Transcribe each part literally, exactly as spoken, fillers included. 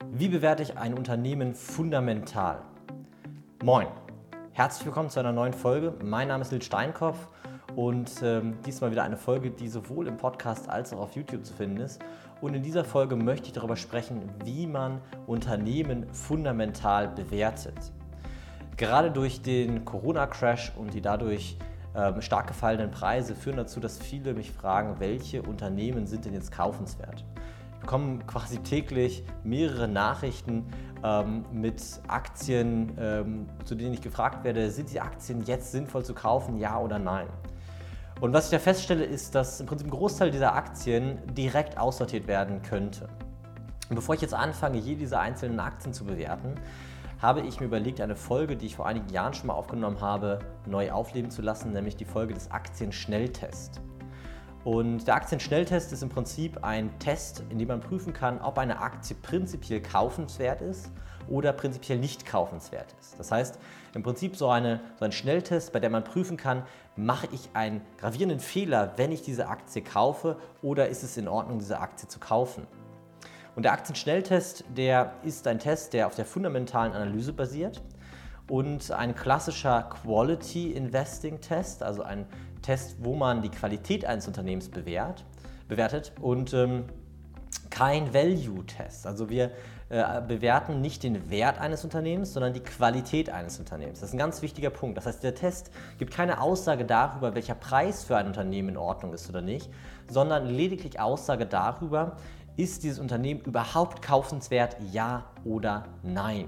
Wie bewerte ich ein Unternehmen fundamental? Moin, herzlich willkommen zu einer neuen Folge. Mein Name ist Lil Steinkopf und ähm, diesmal wieder eine Folge, die sowohl im Podcast als auch auf YouTube zu finden ist. Und in dieser Folge möchte ich darüber sprechen, wie man Unternehmen fundamental bewertet. Gerade durch den Corona-Crash und die dadurch ähm, stark gefallenen Preise führen dazu, dass viele mich fragen, welche Unternehmen sind denn jetzt kaufenswert? Ich bekomme quasi täglich mehrere Nachrichten ähm, mit Aktien, ähm, zu denen ich gefragt werde, sind die Aktien jetzt sinnvoll zu kaufen, ja oder nein? Und was ich da feststelle, ist, dass im Prinzip ein Großteil dieser Aktien direkt aussortiert werden könnte. Und bevor ich jetzt anfange, jede dieser einzelnen Aktien zu bewerten, habe ich mir überlegt, eine Folge, die ich vor einigen Jahren schon mal aufgenommen habe, neu aufleben zu lassen, nämlich die Folge des Aktienschnelltests. Und der Aktienschnelltest ist im Prinzip ein Test, in dem man prüfen kann, ob eine Aktie prinzipiell kaufenswert ist oder prinzipiell nicht kaufenswert ist. Das heißt, im Prinzip so, eine, so ein Schnelltest, bei dem man prüfen kann, mache ich einen gravierenden Fehler, wenn ich diese Aktie kaufe, oder ist es in Ordnung, diese Aktie zu kaufen. Und der Aktienschnelltest, der ist ein Test, der auf der fundamentalen Analyse basiert und ein klassischer Quality Investing Test, also ein Test, wo man die Qualität eines Unternehmens bewährt, bewertet und ähm, kein Value-Test. Also wir äh, bewerten nicht den Wert eines Unternehmens, sondern die Qualität eines Unternehmens. Das ist ein ganz wichtiger Punkt. Das heißt, der Test gibt keine Aussage darüber, welcher Preis für ein Unternehmen in Ordnung ist oder nicht, sondern lediglich Aussage darüber, ist dieses Unternehmen überhaupt kaufenswert, ja oder nein.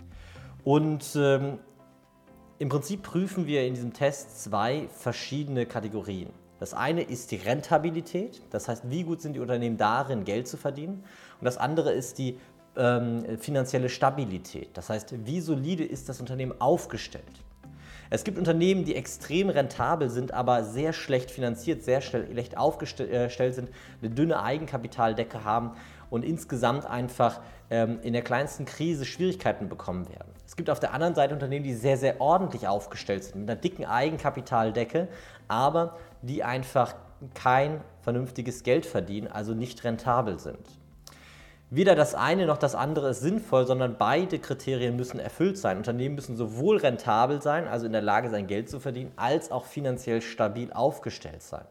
Und ähm, im Prinzip prüfen wir in diesem Test zwei verschiedene Kategorien. Das eine ist die Rentabilität, das heißt, wie gut sind die Unternehmen darin, Geld zu verdienen. Und das andere ist die ähm, finanzielle Stabilität, das heißt, wie solide ist das Unternehmen aufgestellt. Es gibt Unternehmen, die extrem rentabel sind, aber sehr schlecht finanziert, sehr schlecht aufgestellt sind, eine dünne Eigenkapitaldecke haben und insgesamt einfach ähm, in der kleinsten Krise Schwierigkeiten bekommen werden. Es gibt auf der anderen Seite Unternehmen, die sehr, sehr ordentlich aufgestellt sind, mit einer dicken Eigenkapitaldecke, aber die einfach kein vernünftiges Geld verdienen, also nicht rentabel sind. Weder das eine noch das andere ist sinnvoll, sondern beide Kriterien müssen erfüllt sein. Unternehmen müssen sowohl rentabel sein, also in der Lage sein, Geld zu verdienen, als auch finanziell stabil aufgestellt sein.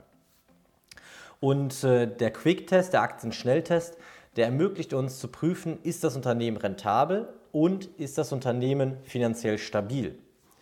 Und äh, der Quick-Test, der Aktienschnelltest, der ermöglicht uns zu prüfen, ist das Unternehmen rentabel und ist das Unternehmen finanziell stabil.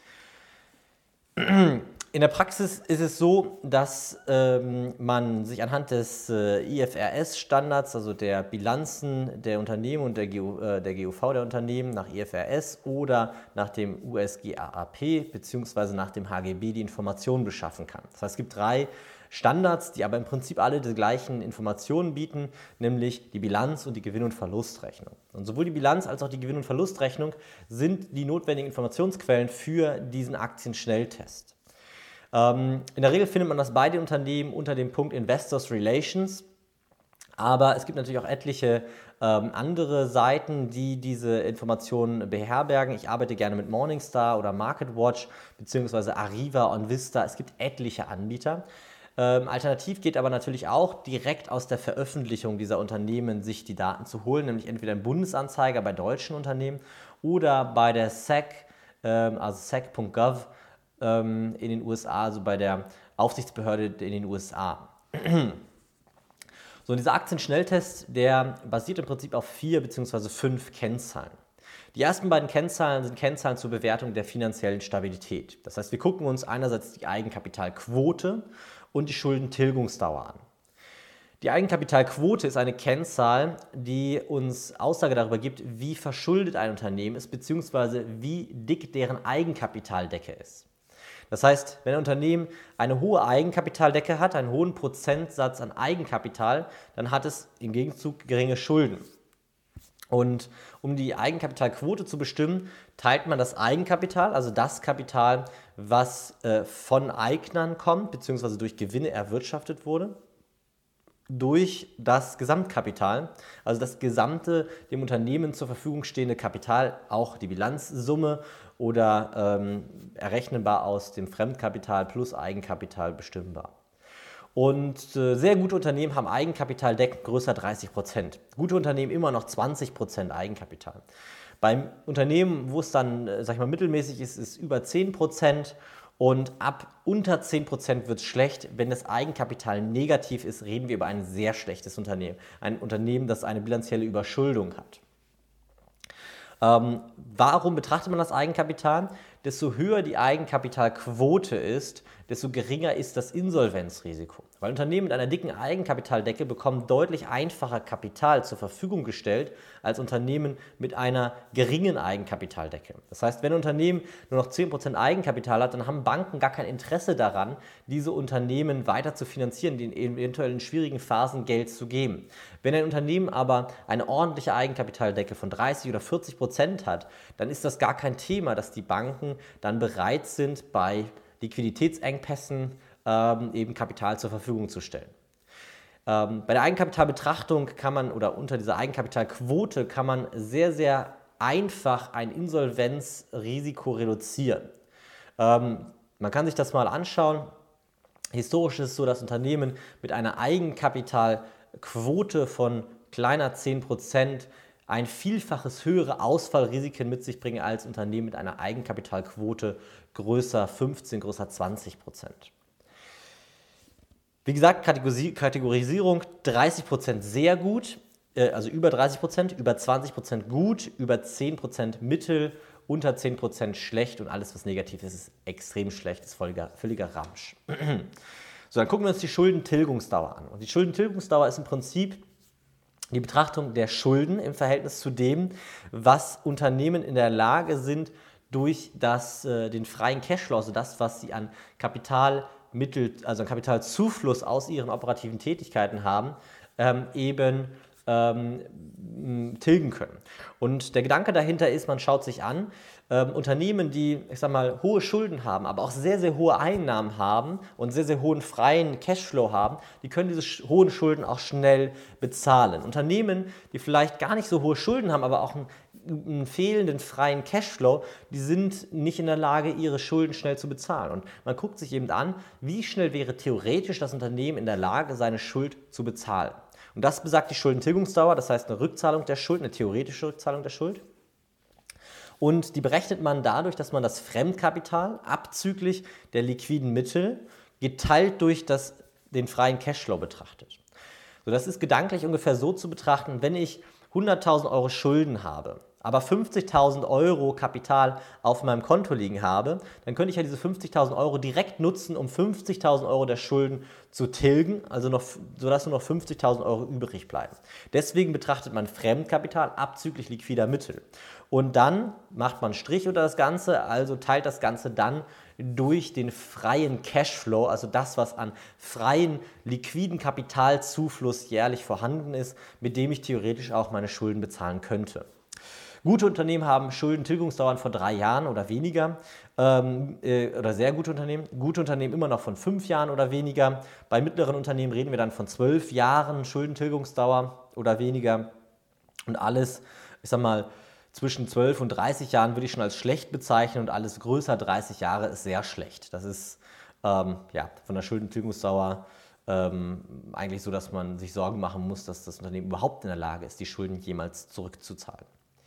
In der Praxis ist es so, dass ähm, man sich anhand des äh, I F R S-Standards, also der Bilanzen der Unternehmen und der, G U, äh, der G U V der Unternehmen nach I F R S oder nach dem U S G A A P bzw. nach dem H G B die Informationen beschaffen kann. Das heißt, es gibt drei Standards, die aber im Prinzip alle die gleichen Informationen bieten, nämlich die Bilanz und die Gewinn- und Verlustrechnung. Und sowohl die Bilanz als auch die Gewinn- und Verlustrechnung sind die notwendigen Informationsquellen für diesen Aktienschnelltest. In der Regel findet man das bei den Unternehmen unter dem Punkt Investors Relations, aber es gibt natürlich auch etliche ähm, andere Seiten, die diese Informationen beherbergen. Ich arbeite gerne mit Morningstar oder MarketWatch bzw. Arriva und Vista. Es gibt etliche Anbieter. Ähm, alternativ geht aber natürlich auch direkt aus der Veröffentlichung dieser Unternehmen sich die Daten zu holen, nämlich entweder im Bundesanzeiger bei deutschen Unternehmen oder bei der S E C, ähm, also S E C Punkt gov, in den U S A, also bei der Aufsichtsbehörde in den U S A. So, und dieser Aktienschnelltest, der basiert im Prinzip auf vier bzw. fünf Kennzahlen. Die ersten beiden Kennzahlen sind Kennzahlen zur Bewertung der finanziellen Stabilität. Das heißt, wir gucken uns einerseits die Eigenkapitalquote und die Schuldentilgungsdauer an. Die Eigenkapitalquote ist eine Kennzahl, die uns Aussage darüber gibt, wie verschuldet ein Unternehmen ist bzw. wie dick deren Eigenkapitaldecke ist. Das heißt, wenn ein Unternehmen eine hohe Eigenkapitaldecke hat, einen hohen Prozentsatz an Eigenkapital, dann hat es im Gegenzug geringe Schulden. Und um die Eigenkapitalquote zu bestimmen, teilt man das Eigenkapital, also das Kapital, was äh, von Eignern kommt, beziehungsweise durch Gewinne erwirtschaftet wurde, durch das Gesamtkapital, also das gesamte dem Unternehmen zur Verfügung stehende Kapital, auch die Bilanzsumme oder ähm, errechnbar aus dem Fremdkapital plus Eigenkapital bestimmbar. Und äh, sehr gute Unternehmen haben Eigenkapitaldeckung größer dreißig Prozent. Gute Unternehmen immer noch zwanzig Prozent Eigenkapital. Beim Unternehmen, wo es dann, äh, sag ich mal, mittelmäßig ist, ist über zehn Prozent. Und ab unter zehn Prozent wird es schlecht. Wenn das Eigenkapital negativ ist, reden wir über ein sehr schlechtes Unternehmen. Ein Unternehmen, das eine bilanzielle Überschuldung hat. Ähm, warum betrachtet man das Eigenkapital? Desto höher die Eigenkapitalquote ist, desto geringer ist das Insolvenzrisiko. Weil Unternehmen mit einer dicken Eigenkapitaldecke bekommen deutlich einfacher Kapital zur Verfügung gestellt als Unternehmen mit einer geringen Eigenkapitaldecke. Das heißt, wenn ein Unternehmen nur noch zehn Prozent Eigenkapital hat, dann haben Banken gar kein Interesse daran, diese Unternehmen weiter zu finanzieren, denen eventuell in schwierigen Phasen Geld zu geben. Wenn ein Unternehmen aber eine ordentliche Eigenkapitaldecke von dreißig oder vierzig Prozent hat, dann ist das gar kein Thema, dass die Banken dann bereit sind, bei Liquiditätsengpässen ähm, eben Kapital zur Verfügung zu stellen. Ähm, bei der Eigenkapitalbetrachtung kann man, oder unter dieser Eigenkapitalquote kann man sehr, sehr einfach ein Insolvenzrisiko reduzieren. Ähm, man kann sich das mal anschauen. Historisch ist es so, dass Unternehmen mit einer Eigenkapitalquote von kleiner zehn Prozent ein Vielfaches höhere Ausfallrisiken mit sich bringen als Unternehmen mit einer Eigenkapitalquote größer fünfzehn, größer zwanzig Prozent. Wie gesagt, Kategorisierung dreißig Prozent sehr gut, also über dreißig Prozent, über zwanzig Prozent gut, über zehn Prozent mittel, unter zehn Prozent schlecht und alles, was negativ ist, ist extrem schlecht, ist völliger, völliger Ramsch. So, dann gucken wir uns die Schuldentilgungsdauer an. Und die Schuldentilgungsdauer ist im Prinzip die Betrachtung der Schulden im Verhältnis zu dem, was Unternehmen in der Lage sind, durch das, äh, den freien Cashflow, also das, was sie an Kapitalmittel, also an Kapitalzufluss aus ihren operativen Tätigkeiten haben, ähm, eben ähm, tilgen können. Und der Gedanke dahinter ist, man schaut sich an, ähm, Unternehmen, die, ich sag mal, hohe Schulden haben, aber auch sehr, sehr hohe Einnahmen haben und sehr, sehr hohen freien Cashflow haben, die können diese sch- hohen Schulden auch schnell bezahlen. Unternehmen, die vielleicht gar nicht so hohe Schulden haben, aber auch einen, einen fehlenden freien Cashflow, die sind nicht in der Lage, ihre Schulden schnell zu bezahlen. Und man guckt sich eben an, wie schnell wäre theoretisch das Unternehmen in der Lage, seine Schuld zu bezahlen. Und das besagt die Schuldentilgungsdauer, das heißt eine Rückzahlung der Schuld, eine theoretische Rückzahlung der Schuld. Und die berechnet man dadurch, dass man das Fremdkapital abzüglich der liquiden Mittel geteilt durch das, den freien Cashflow betrachtet. So, das ist gedanklich ungefähr so zu betrachten, wenn ich hunderttausend Euro Schulden habe, aber fünfzigtausend Euro Kapital auf meinem Konto liegen habe, dann könnte ich ja diese fünfzigtausend Euro direkt nutzen, um fünfzigtausend Euro der Schulden zu tilgen, also noch, sodass nur noch fünfzigtausend Euro übrig bleiben. Deswegen betrachtet man Fremdkapital abzüglich liquider Mittel. Und dann macht man einen Strich unter das Ganze, also teilt das Ganze dann durch den freien Cashflow, also das, was an freien, liquiden Kapitalzufluss jährlich vorhanden ist, mit dem ich theoretisch auch meine Schulden bezahlen könnte. Gute Unternehmen haben Schuldentilgungsdauern von drei Jahren oder weniger ähm, äh, oder sehr gute Unternehmen. Gute Unternehmen immer noch von fünf Jahren oder weniger. Bei mittleren Unternehmen reden wir dann von zwölf Jahren Schuldentilgungsdauer oder weniger. Und alles, ich sag mal, zwischen zwölf und dreißig Jahren würde ich schon als schlecht bezeichnen und alles größer dreißig Jahre ist sehr schlecht. Das ist ähm, ja, von der Schuldentilgungsdauer ähm, eigentlich so, dass man sich Sorgen machen muss, dass das Unternehmen überhaupt in der Lage ist, die Schulden jemals zurückzuzahlen.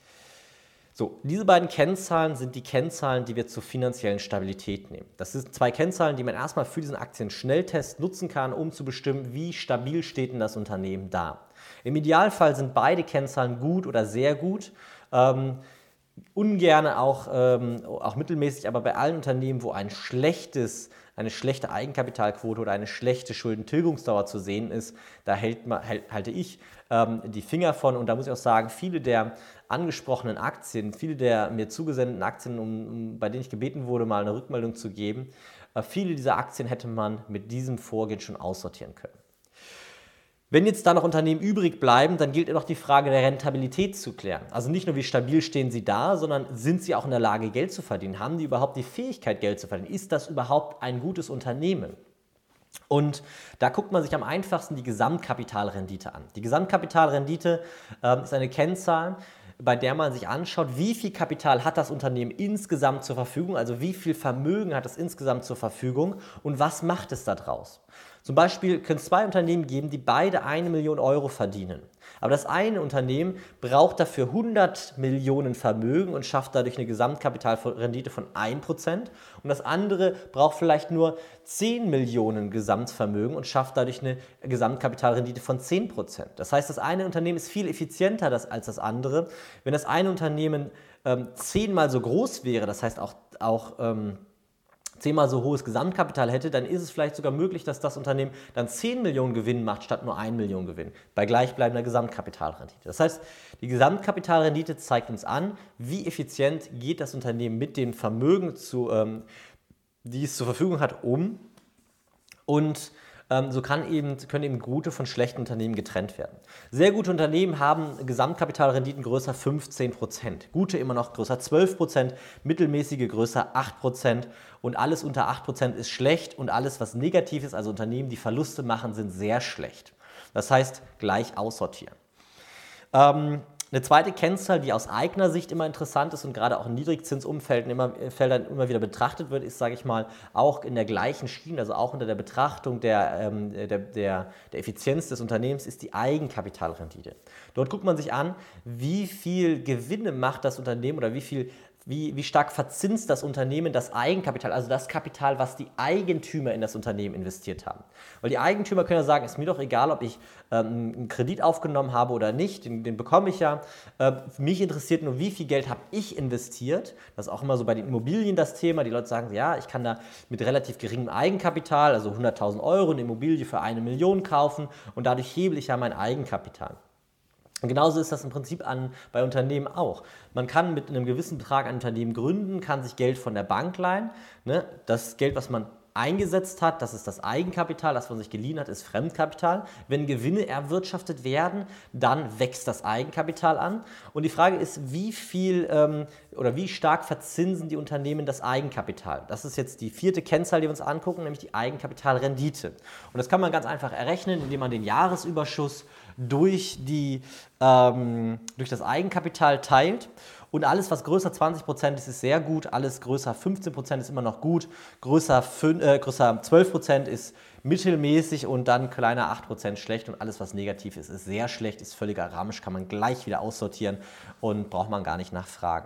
So, diese beiden Kennzahlen sind die Kennzahlen, die wir zur finanziellen Stabilität nehmen. Das sind zwei Kennzahlen, die man erstmal für diesen Aktienschnelltest nutzen kann, um zu bestimmen, wie stabil steht denn das Unternehmen da. Im Idealfall sind beide Kennzahlen gut oder sehr gut. Ähm, ungern auch, ähm, auch mittelmäßig, aber bei allen Unternehmen, wo ein schlechtes, eine schlechte Eigenkapitalquote oder eine schlechte Schuldentilgungsdauer zu sehen ist, da hält, hält, halte ich ähm, die Finger von. Und da muss ich auch sagen, viele der angesprochenen Aktien, viele der mir zugesendeten Aktien, um, um, bei denen ich gebeten wurde, mal eine Rückmeldung zu geben, äh, viele dieser Aktien hätte man mit diesem Vorgehen schon aussortieren können. Wenn jetzt da noch Unternehmen übrig bleiben, dann gilt noch die Frage der Rentabilität zu klären. Also nicht nur, wie stabil stehen sie da, sondern sind sie auch in der Lage, Geld zu verdienen? Haben die überhaupt die Fähigkeit, Geld zu verdienen? Ist das überhaupt ein gutes Unternehmen? Und da guckt man sich am einfachsten die Gesamtkapitalrendite an. Die Gesamtkapitalrendite äh, ist eine Kennzahl, bei der man sich anschaut, wie viel Kapital hat das Unternehmen insgesamt zur Verfügung, also wie viel Vermögen hat es insgesamt zur Verfügung und was macht es daraus. Zum Beispiel können es zwei Unternehmen geben, die beide eine Million Euro verdienen. Aber das eine Unternehmen braucht dafür hundert Millionen Vermögen und schafft dadurch eine Gesamtkapitalrendite von ein Prozent. Und das andere braucht vielleicht nur zehn Millionen Gesamtvermögen und schafft dadurch eine Gesamtkapitalrendite von zehn Prozent. Das heißt, das eine Unternehmen ist viel effizienter als das andere. Wenn das eine Unternehmen ähm, zehnmal so groß wäre, das heißt auch, auch ähm, zehnmal so hohes Gesamtkapital hätte, dann ist es vielleicht sogar möglich, dass das Unternehmen dann zehn Millionen Gewinn macht, statt nur eine Million Gewinn, bei gleichbleibender Gesamtkapitalrendite. Das heißt, die Gesamtkapitalrendite zeigt uns an, wie effizient geht das Unternehmen mit dem Vermögen, zu, ähm, die es zur Verfügung hat, um. Und ähm, so kann eben, können eben gute von schlechten Unternehmen getrennt werden. Sehr gute Unternehmen haben Gesamtkapitalrenditen größer fünfzehn Prozent, gute immer noch größer zwölf Prozent, mittelmäßige größer acht Prozent und alles unter acht Prozent ist schlecht und alles, was negativ ist, also Unternehmen, die Verluste machen, sind sehr schlecht. Das heißt, gleich aussortieren. Ähm, Eine zweite Kennzahl, die aus eigener Sicht immer interessant ist und gerade auch in Niedrigzinsumfeldern immer, Feldern immer wieder betrachtet wird, ist, sage ich mal, auch in der gleichen Schiene, also auch unter der Betrachtung der, ähm, der, der, der Effizienz des Unternehmens, ist die Eigenkapitalrendite. Dort guckt man sich an, wie viel Gewinne macht das Unternehmen oder wie viel Wie, wie stark verzinst das Unternehmen das Eigenkapital, also das Kapital, was die Eigentümer in das Unternehmen investiert haben. Weil die Eigentümer können ja sagen, ist mir doch egal, ob ich ähm, einen Kredit aufgenommen habe oder nicht, den, den bekomme ich ja. Äh, mich interessiert nur, wie viel Geld habe ich investiert. Das ist auch immer so bei den Immobilien das Thema. Die Leute sagen, ja, ich kann da mit relativ geringem Eigenkapital, also hunderttausend Euro, eine Immobilie für eine Million kaufen und dadurch hebel ich ja mein Eigenkapital. Und genauso ist das im Prinzip an, bei Unternehmen auch. Man kann mit einem gewissen Betrag ein Unternehmen gründen, kann sich Geld von der Bank leihen. Ne? Das Geld, was man eingesetzt hat, das ist das Eigenkapital, das man sich geliehen hat, ist Fremdkapital. Wenn Gewinne erwirtschaftet werden, dann wächst das Eigenkapital an. Und die Frage ist, wie viel ähm, oder wie stark verzinsen die Unternehmen das Eigenkapital? Das ist jetzt die vierte Kennzahl, die wir uns angucken, nämlich die Eigenkapitalrendite. Und das kann man ganz einfach errechnen, indem man den Jahresüberschuss durch, die, ähm, durch das Eigenkapital teilt. Und alles, was größer zwanzig Prozent ist, ist sehr gut. Alles größer fünfzehn Prozent ist immer noch gut. Größer, fünf, äh, größer zwölf Prozent ist mittelmäßig und dann kleiner acht Prozent schlecht. Und alles, was negativ ist, ist sehr schlecht, ist völliger Ramsch, kann man gleich wieder aussortieren und braucht man gar nicht nachfragen.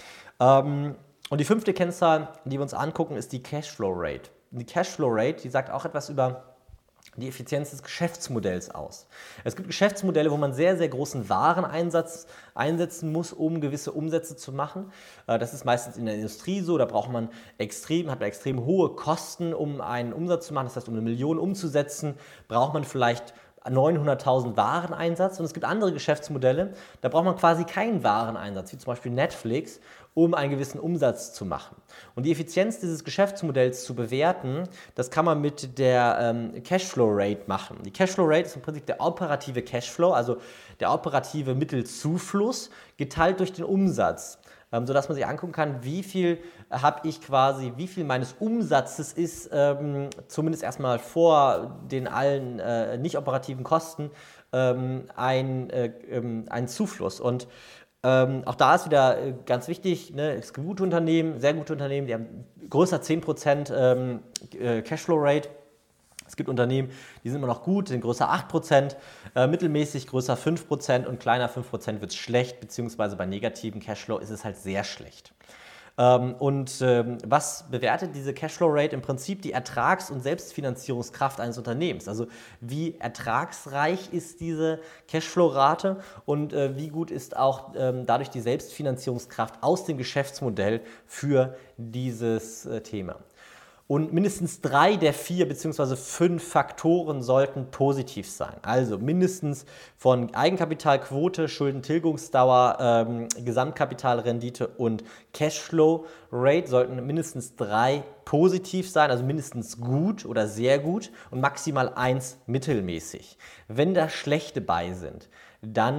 Ähm, und die fünfte Kennzahl, die wir uns angucken, ist die Cashflow Rate. Die Cashflow Rate, die sagt auch etwas über die Effizienz des Geschäftsmodells aus. Es gibt Geschäftsmodelle, wo man sehr, sehr großen Wareneinsatz einsetzen muss, um gewisse Umsätze zu machen. Das ist meistens in der Industrie so, da braucht man extrem, hat man extrem hohe Kosten, um einen Umsatz zu machen. Das heißt, um eine Million umzusetzen, braucht man vielleicht neunhunderttausend Wareneinsatz. Und es gibt andere Geschäftsmodelle, da braucht man quasi keinen Wareneinsatz, wie zum Beispiel Netflix, um einen gewissen Umsatz zu machen. Und die Effizienz dieses Geschäftsmodells zu bewerten, das kann man mit der ähm, Cashflow Rate machen. Die Cashflow Rate ist im Prinzip der operative Cashflow, also der operative Mittelzufluss, geteilt durch den Umsatz, ähm, sodass man sich angucken kann, wie viel habe ich quasi, wie viel meines Umsatzes ist, ähm, zumindest erstmal vor den allen äh, nicht operativen Kosten, ähm, ein, äh, ähm, ein Zufluss. Und Ähm, auch da ist wieder äh, ganz wichtig, ne, es gibt gute Unternehmen, sehr gute Unternehmen, die haben größer zehn Prozent ähm, äh, Cashflow-Rate. Es gibt Unternehmen, die sind immer noch gut, sind größer acht Prozent, äh, mittelmäßig größer fünf Prozent und kleiner fünf Prozent wird es schlecht, beziehungsweise bei negativen Cashflow ist es halt sehr schlecht. Ähm, und ähm, was bewertet diese Cashflow-Rate? Im Prinzip die Ertrags- und Selbstfinanzierungskraft eines Unternehmens. Also wie ertragsreich ist diese Cashflow-Rate und äh, wie gut ist auch ähm, dadurch die Selbstfinanzierungskraft aus dem Geschäftsmodell für dieses äh, Thema. Und mindestens drei der vier bzw. fünf Faktoren sollten positiv sein. Also mindestens von Eigenkapitalquote, Schuldentilgungsdauer, ähm, Gesamtkapitalrendite und Cashflow Rate sollten mindestens drei positiv sein, also mindestens gut oder sehr gut und maximal eins mittelmäßig. Wenn da schlechte bei sind, dann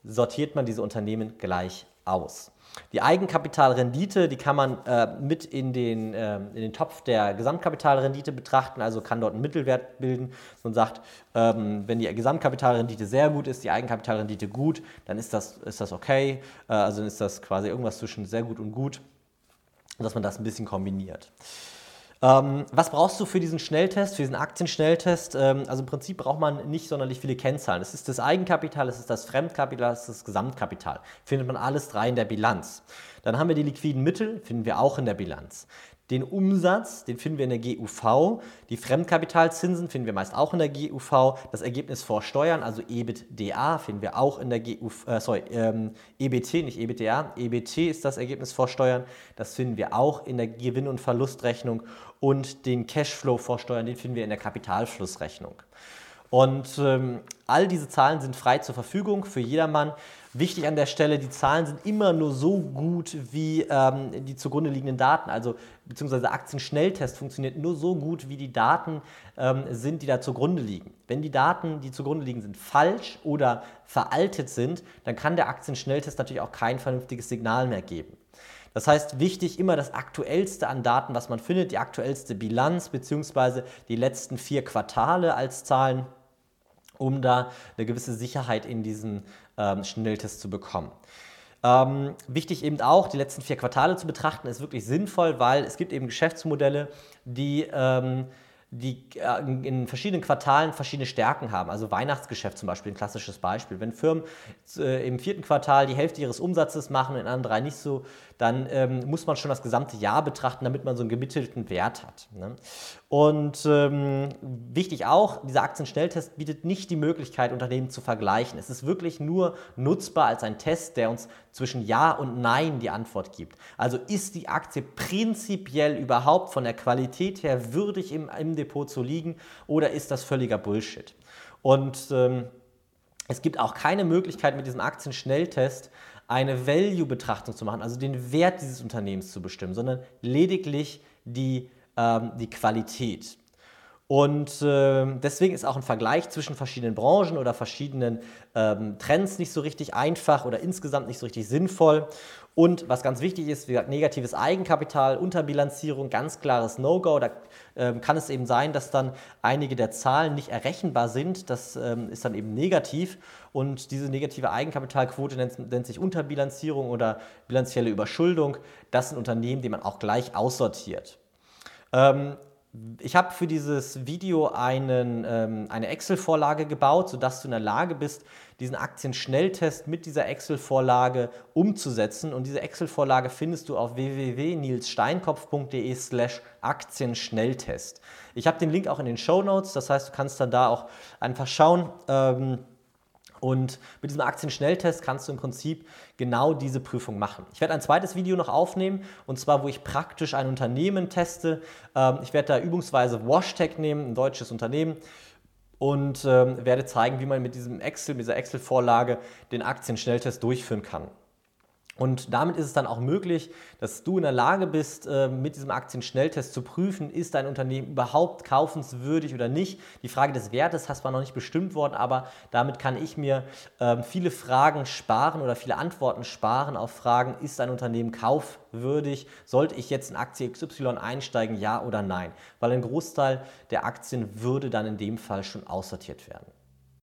sortiert man diese Unternehmen gleich aus. Die Eigenkapitalrendite, die kann man äh, mit in den, äh, in den Topf der Gesamtkapitalrendite betrachten, also kann dort einen Mittelwert bilden. Man sagt, ähm, wenn die Gesamtkapitalrendite sehr gut ist, die Eigenkapitalrendite gut, dann ist das, ist das okay, äh, also dann ist das quasi irgendwas zwischen sehr gut und gut, dass man das ein bisschen kombiniert. Ähm, was brauchst du für diesen Schnelltest, für diesen Aktienschnelltest? Ähm, also im Prinzip braucht man nicht sonderlich viele Kennzahlen. Es ist das Eigenkapital, es ist das Fremdkapital, es ist das Gesamtkapital. Findet man alles drei in der Bilanz. Dann haben wir die liquiden Mittel, finden wir auch in der Bilanz. Den Umsatz, den finden wir in der G U V. Die Fremdkapitalzinsen finden wir meist auch in der G U V. Das Ergebnis vor Steuern, also EBITDA, finden wir auch in der G U V. Äh, sorry, ähm, E B T, nicht EBITDA. E B T ist das Ergebnis vor Steuern. Das finden wir auch in der Gewinn- und Verlustrechnung. Und den Cashflow vor Steuern, den finden wir in der Kapitalflussrechnung. Und ähm, all diese Zahlen sind frei zur Verfügung für jedermann. Wichtig an der Stelle, die Zahlen sind immer nur so gut wie ähm, die zugrunde liegenden Daten, also beziehungsweise Aktienschnelltest funktioniert nur so gut, wie die Daten ähm, sind, die da zugrunde liegen. Wenn die Daten, die zugrunde liegen, sind falsch oder veraltet sind, dann kann der Aktienschnelltest natürlich auch kein vernünftiges Signal mehr geben. Das heißt, wichtig immer das Aktuellste an Daten, was man findet, die aktuellste Bilanz beziehungsweise die letzten vier Quartale als Zahlen, um da eine gewisse Sicherheit in diesen ähm, Schnelltest zu bekommen. Ähm, wichtig eben auch, die letzten vier Quartale zu betrachten, ist wirklich sinnvoll, weil es gibt eben Geschäftsmodelle, die ähm, die in verschiedenen Quartalen verschiedene Stärken haben. Also Weihnachtsgeschäft zum Beispiel, ein klassisches Beispiel. Wenn Firmen äh, im vierten Quartal die Hälfte ihres Umsatzes machen, in anderen drei nicht so, dann ähm, muss man schon das gesamte Jahr betrachten, damit man so einen gemittelten Wert hat. Ne? Und ähm, wichtig auch, dieser Aktienschnelltest bietet nicht die Möglichkeit, Unternehmen zu vergleichen. Es ist wirklich nur nutzbar als ein Test, der uns zwischen Ja und Nein die Antwort gibt. Also ist die Aktie prinzipiell überhaupt von der Qualität her würdig im, im Depot zu liegen oder ist das völliger Bullshit? Und ähm, es gibt auch keine Möglichkeit mit diesem Aktienschnelltest eine Value-Betrachtung zu machen, also den Wert dieses Unternehmens zu bestimmen, sondern lediglich die, ähm, die Qualität. Und äh, deswegen ist auch ein Vergleich zwischen verschiedenen Branchen oder verschiedenen ähm, Trends nicht so richtig einfach oder insgesamt nicht so richtig sinnvoll. Und was ganz wichtig ist, wie gesagt, negatives Eigenkapital, Unterbilanzierung, ganz klares No-Go. Da ähm, kann es eben sein, dass dann einige der Zahlen nicht errechenbar sind. Das ähm, ist dann eben negativ. Und diese negative Eigenkapitalquote nennt, nennt sich Unterbilanzierung oder bilanzielle Überschuldung. Das sind Unternehmen, die man auch gleich aussortiert. Ähm, Ich habe für dieses Video einen, ähm, eine Excel-Vorlage gebaut, sodass du in der Lage bist, diesen Aktienschnelltest mit dieser Excel-Vorlage umzusetzen. Und diese Excel-Vorlage findest du auf w w w punkt nils steinkopf punkt de slash Aktienschnelltest. Ich habe den Link auch in den Shownotes, das heißt, du kannst dann da auch einfach schauen. Ähm, Und mit diesem Aktienschnelltest kannst du im Prinzip genau diese Prüfung machen. Ich werde ein zweites Video noch aufnehmen, und zwar, wo ich praktisch ein Unternehmen teste. Ich werde da übungsweise WashTec nehmen, ein deutsches Unternehmen, und werde zeigen, wie man mit diesem Excel, mit dieser Excel-Vorlage den Aktienschnelltest durchführen kann. Und damit ist es dann auch möglich, dass du in der Lage bist, mit diesem Aktienschnelltest zu prüfen, ist dein Unternehmen überhaupt kaufenswürdig oder nicht. Die Frage des Wertes hast zwar noch nicht bestimmt worden, aber damit kann ich mir viele Fragen sparen oder viele Antworten sparen auf Fragen, ist ein Unternehmen kaufwürdig, sollte ich jetzt in Aktie X Y einsteigen, ja oder nein? Weil ein Großteil der Aktien würde dann in dem Fall schon aussortiert werden.